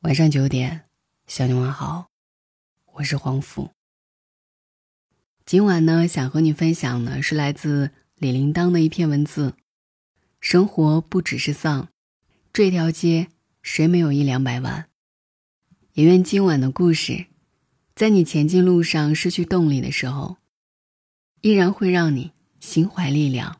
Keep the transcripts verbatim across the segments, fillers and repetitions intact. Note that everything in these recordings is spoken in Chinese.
晚上九点，小你晚好，我是黄甫。今晚呢，想和你分享的是来自李铃铛的一篇文字。生活不只是丧，这条街谁没有一两百万？也愿今晚的故事，在你前进路上失去动力的时候，依然会让你心怀力量。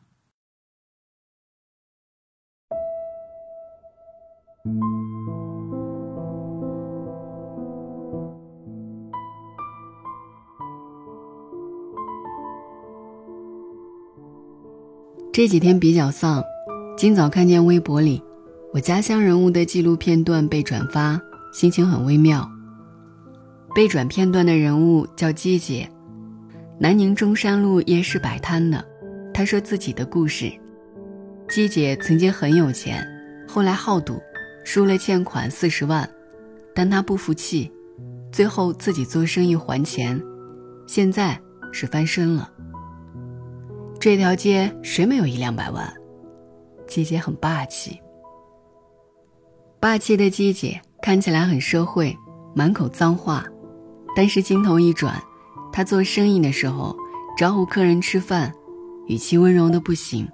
这几天比较丧，今早看见微博里我家乡人物的纪录片段被转发，心情很微妙。被转片段的人物叫姬姐，南宁中山路夜市摆摊的。她说自己的故事。姬姐曾经很有钱，后来好赌，输了欠款四十万，但她不服气，最后自己做生意还钱，现在是翻身了。这条街谁没有一两百万？姬姐很霸气。霸气的姬姐看起来很社会，满口脏话，但是镜头一转，她做生意的时候招呼客人吃饭，语气温柔的不行。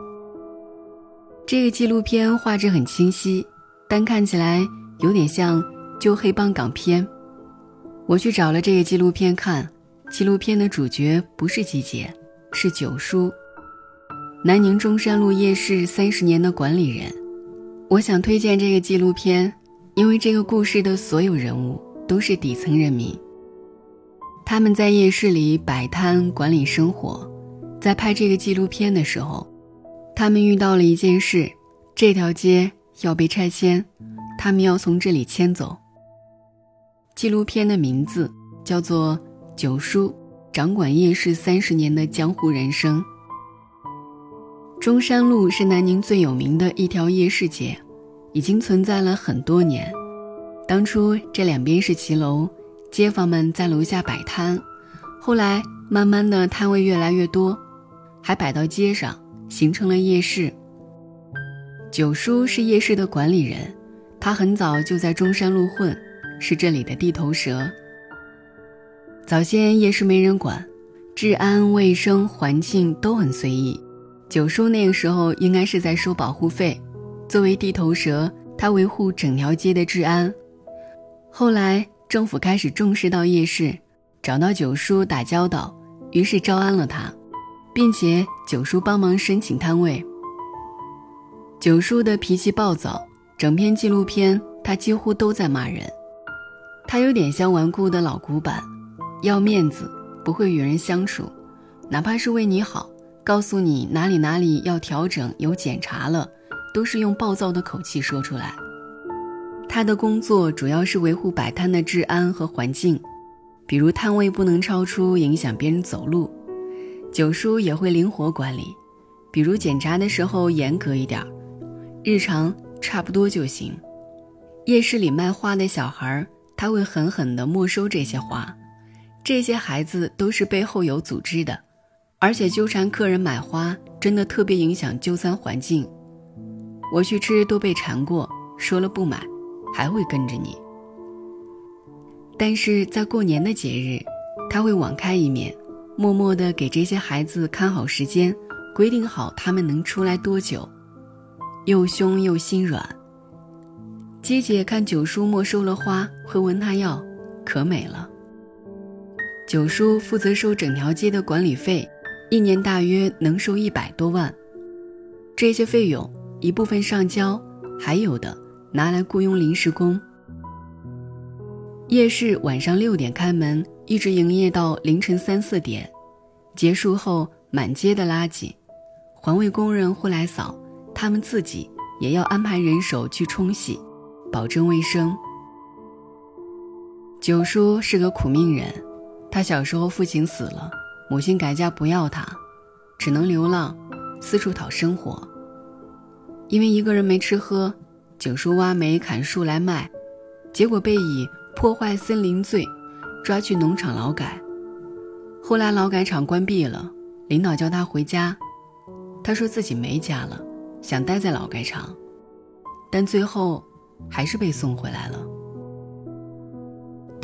这个纪录片画质很清晰，但看起来有点像旧黑帮港片。我去找了这个纪录片看，纪录片的主角不是姬姐，是九叔，南宁中山路夜市三十年的管理人。我想推荐这个纪录片，因为这个故事的所有人物都是底层人民，他们在夜市里摆摊管理生活。在拍这个纪录片的时候，他们遇到了一件事，这条街要被拆迁，他们要从这里迁走。纪录片的名字叫做九叔掌管夜市三十年的江湖人生。中山路是南宁最有名的一条夜市街，已经存在了很多年。当初这两边是骑楼，街坊们在楼下摆摊，后来慢慢的摊位越来越多，还摆到街上，形成了夜市。九叔是夜市的管理人，他很早就在中山路混，是这里的地头蛇。早先夜市没人管，治安卫生环境都很随意，九叔那个时候应该是在收保护费，作为地头蛇，他维护整条街的治安。后来政府开始重视到夜市，找到九叔打交道，于是招安了他，并且九叔帮忙申请摊位。九叔的脾气暴躁，整篇纪录片他几乎都在骂人。他有点像顽固的老古板，要面子，不会与人相处，哪怕是为你好，告诉你哪里哪里要调整有检查了，都是用暴躁的口气说出来。他的工作主要是维护摆摊的治安和环境，比如摊位不能超出影响别人走路。九叔也会灵活管理，比如检查的时候严格一点，日常差不多就行。夜市里卖花的小孩，他会狠狠地没收这些花，这些孩子都是背后有组织的，而且纠缠客人买花真的特别影响就餐环境。我去吃都被缠过，说了不买还会跟着你。但是在过年的节日，他会网开一面，默默地给这些孩子看好时间，规定好他们能出来多久，又凶又心软。姬姐看九叔没收了花，会问他要，可美了。九叔负责收整条街的管理费，一年大约能收一百多万。这些费用一部分上交，还有的拿来雇佣临时工。夜市晚上六点开门，一直营业到凌晨三四点，结束后满街的垃圾，环卫工人会来扫，他们自己也要安排人手去冲洗，保证卫生。九叔是个苦命人，他小时候父亲死了，母亲改嫁不要他，只能流浪，四处讨生活。因为一个人没吃喝，九叔挖煤砍树来卖，结果被以破坏森林罪抓去农场劳改。后来劳改场关闭了，领导叫他回家，他说自己没家了，想待在劳改场，但最后还是被送回来了。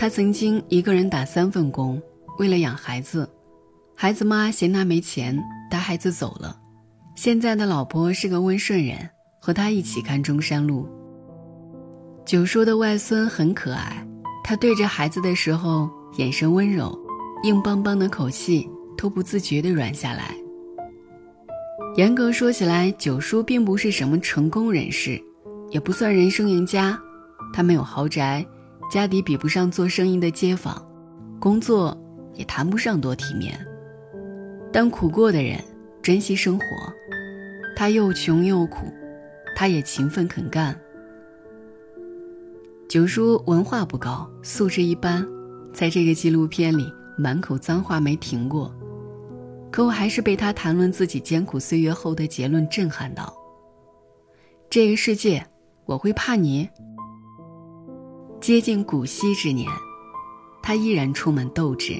他曾经一个人打三份工，为了养孩子，孩子妈嫌他没钱，带孩子走了。现在的老婆是个温顺人，和他一起看中山路。九叔的外孙很可爱，他对着孩子的时候眼神温柔，硬邦邦的口气都不自觉地软下来。严格说起来，九叔并不是什么成功人士，也不算人生赢家。他没有豪宅，家底比不上做生意的街坊，工作也谈不上多体面。但苦过的人珍惜生活，他又穷又苦，他也勤奋肯干。九叔文化不高，素质一般，在这个纪录片里满口脏话没停过，可我还是被他谈论自己艰苦岁月后的结论震撼到。这个世界，我会怕你？接近古稀之年，他依然充满斗志。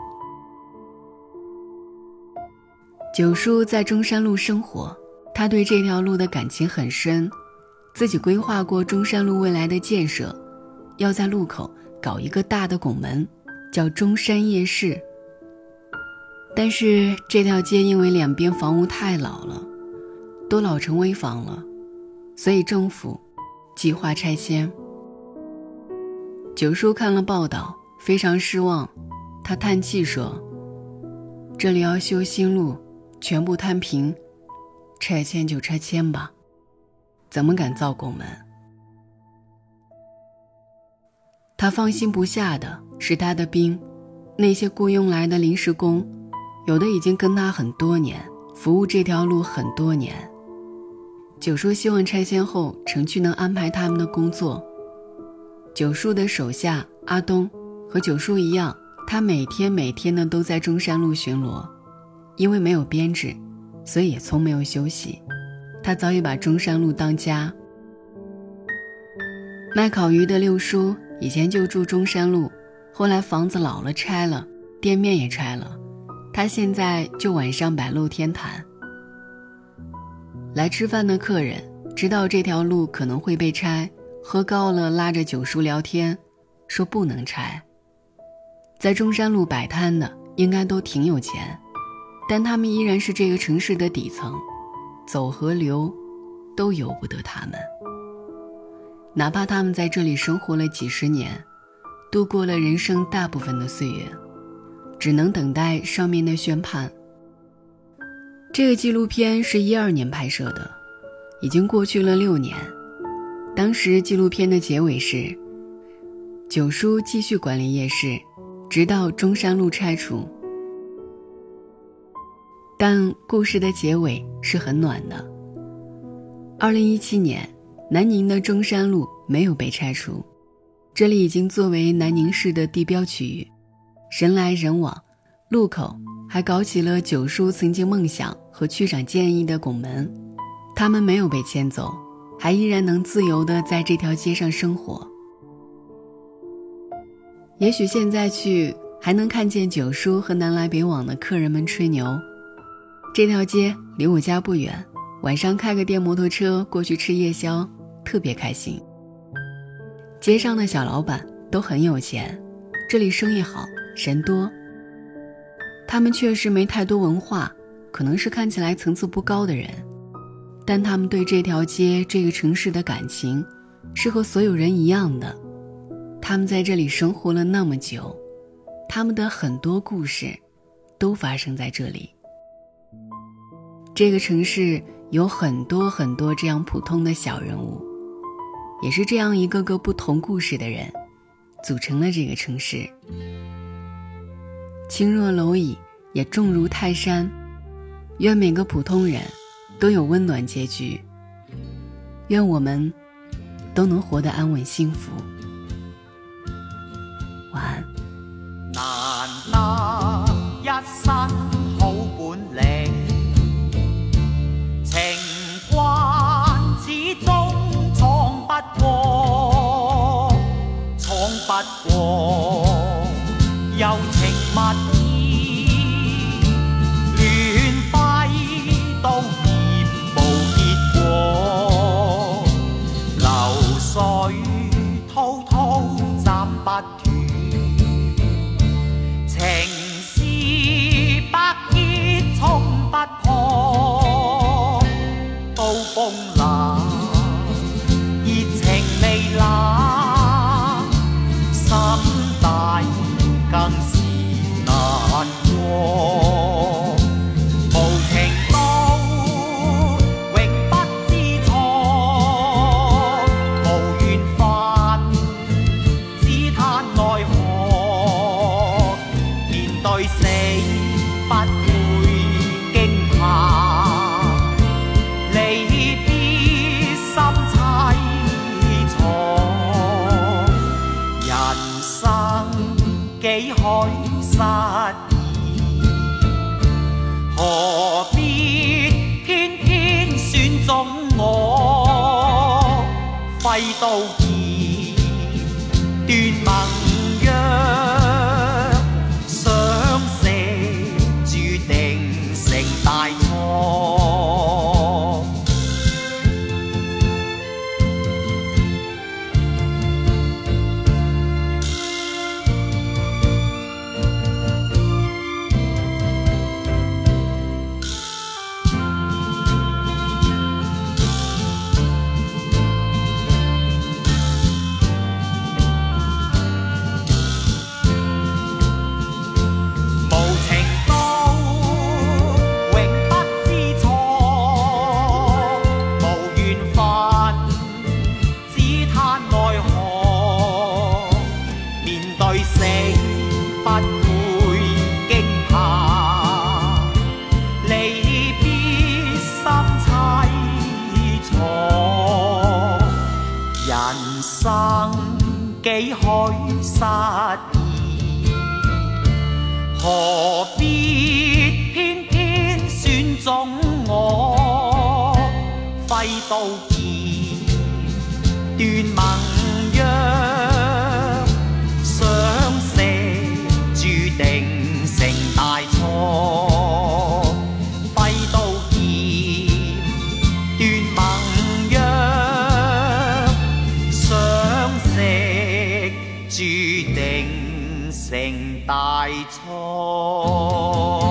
九叔在中山路生活，他对这条路的感情很深，自己规划过中山路未来的建设，要在路口搞一个大的拱门，叫中山夜市。但是这条街因为两边房屋太老了，都老成危房了，所以政府计划拆迁。九叔看了报道，非常失望，他叹气说，这里要修新路，全部摊平，拆迁就拆迁吧，怎么敢造拱门？他放心不下的是他的兵，那些雇佣来的临时工，有的已经跟他很多年，服务这条路很多年。九叔希望拆迁后城区能安排他们的工作。九叔的手下阿东和九叔一样，他每天每天的都在中山路巡逻，因为没有编制，所以也从没有休息。他早已把中山路当家。卖烤鱼的六叔以前就住中山路，后来房子老了拆了，店面也拆了，他现在就晚上摆露天摊。来吃饭的客人知道这条路可能会被拆，喝高了拉着九叔聊天，说不能拆。在中山路摆摊的应该都挺有钱，但他们依然是这个城市的底层，走和留都由不得他们。哪怕他们在这里生活了几十年，度过了人生大部分的岁月，只能等待上面的宣判。这个纪录片是一二年拍摄的，已经过去了六年。当时纪录片的结尾是，九叔继续管理夜市，直到中山路拆除。但故事的结尾是很暖的。二零一七年，南宁的中山路没有被拆除，这里已经作为南宁市的地标区域，人来人往，路口还搞起了九叔曾经梦想和区长建议的拱门。他们没有被迁走，还依然能自由地在这条街上生活。也许现在去还能看见九叔和南来北往的客人们吹牛。这条街离我家不远，晚上开个电摩托车过去吃夜宵，特别开心。街上的小老板都很有钱，这里生意好，人多。他们确实没太多文化，可能是看起来层次不高的人，但他们对这条街这个城市的感情是和所有人一样的。他们在这里生活了那么久，他们的很多故事都发生在这里。这个城市有很多很多这样普通的小人物，也是这样一个个不同故事的人组成了这个城市。轻若蝼蚁，也重如泰山。愿每个普通人都有温暖结局，愿我们都能活得安稳幸福。晚安。 難得一身好本領，情關始終闖不過，闖不過柔情蜜意，亂揮都孽無結果，流水滔滔斬不斷。 情是百結衝不破，刀鋒冷，熱情未冷，心大更是難過。無情到永不知錯，無緣分只嘆奈何。面對死不會驚怕，離別心凄楚。人生幾許失意，何必偏偏選中我？揮刀劍斷盟約，相識注定成大錯。人生幾許失意，何必偏偏選中我？揮刀劍斷盟約，相識注定成大錯。揮刀劍斷盟約，注定成大錯。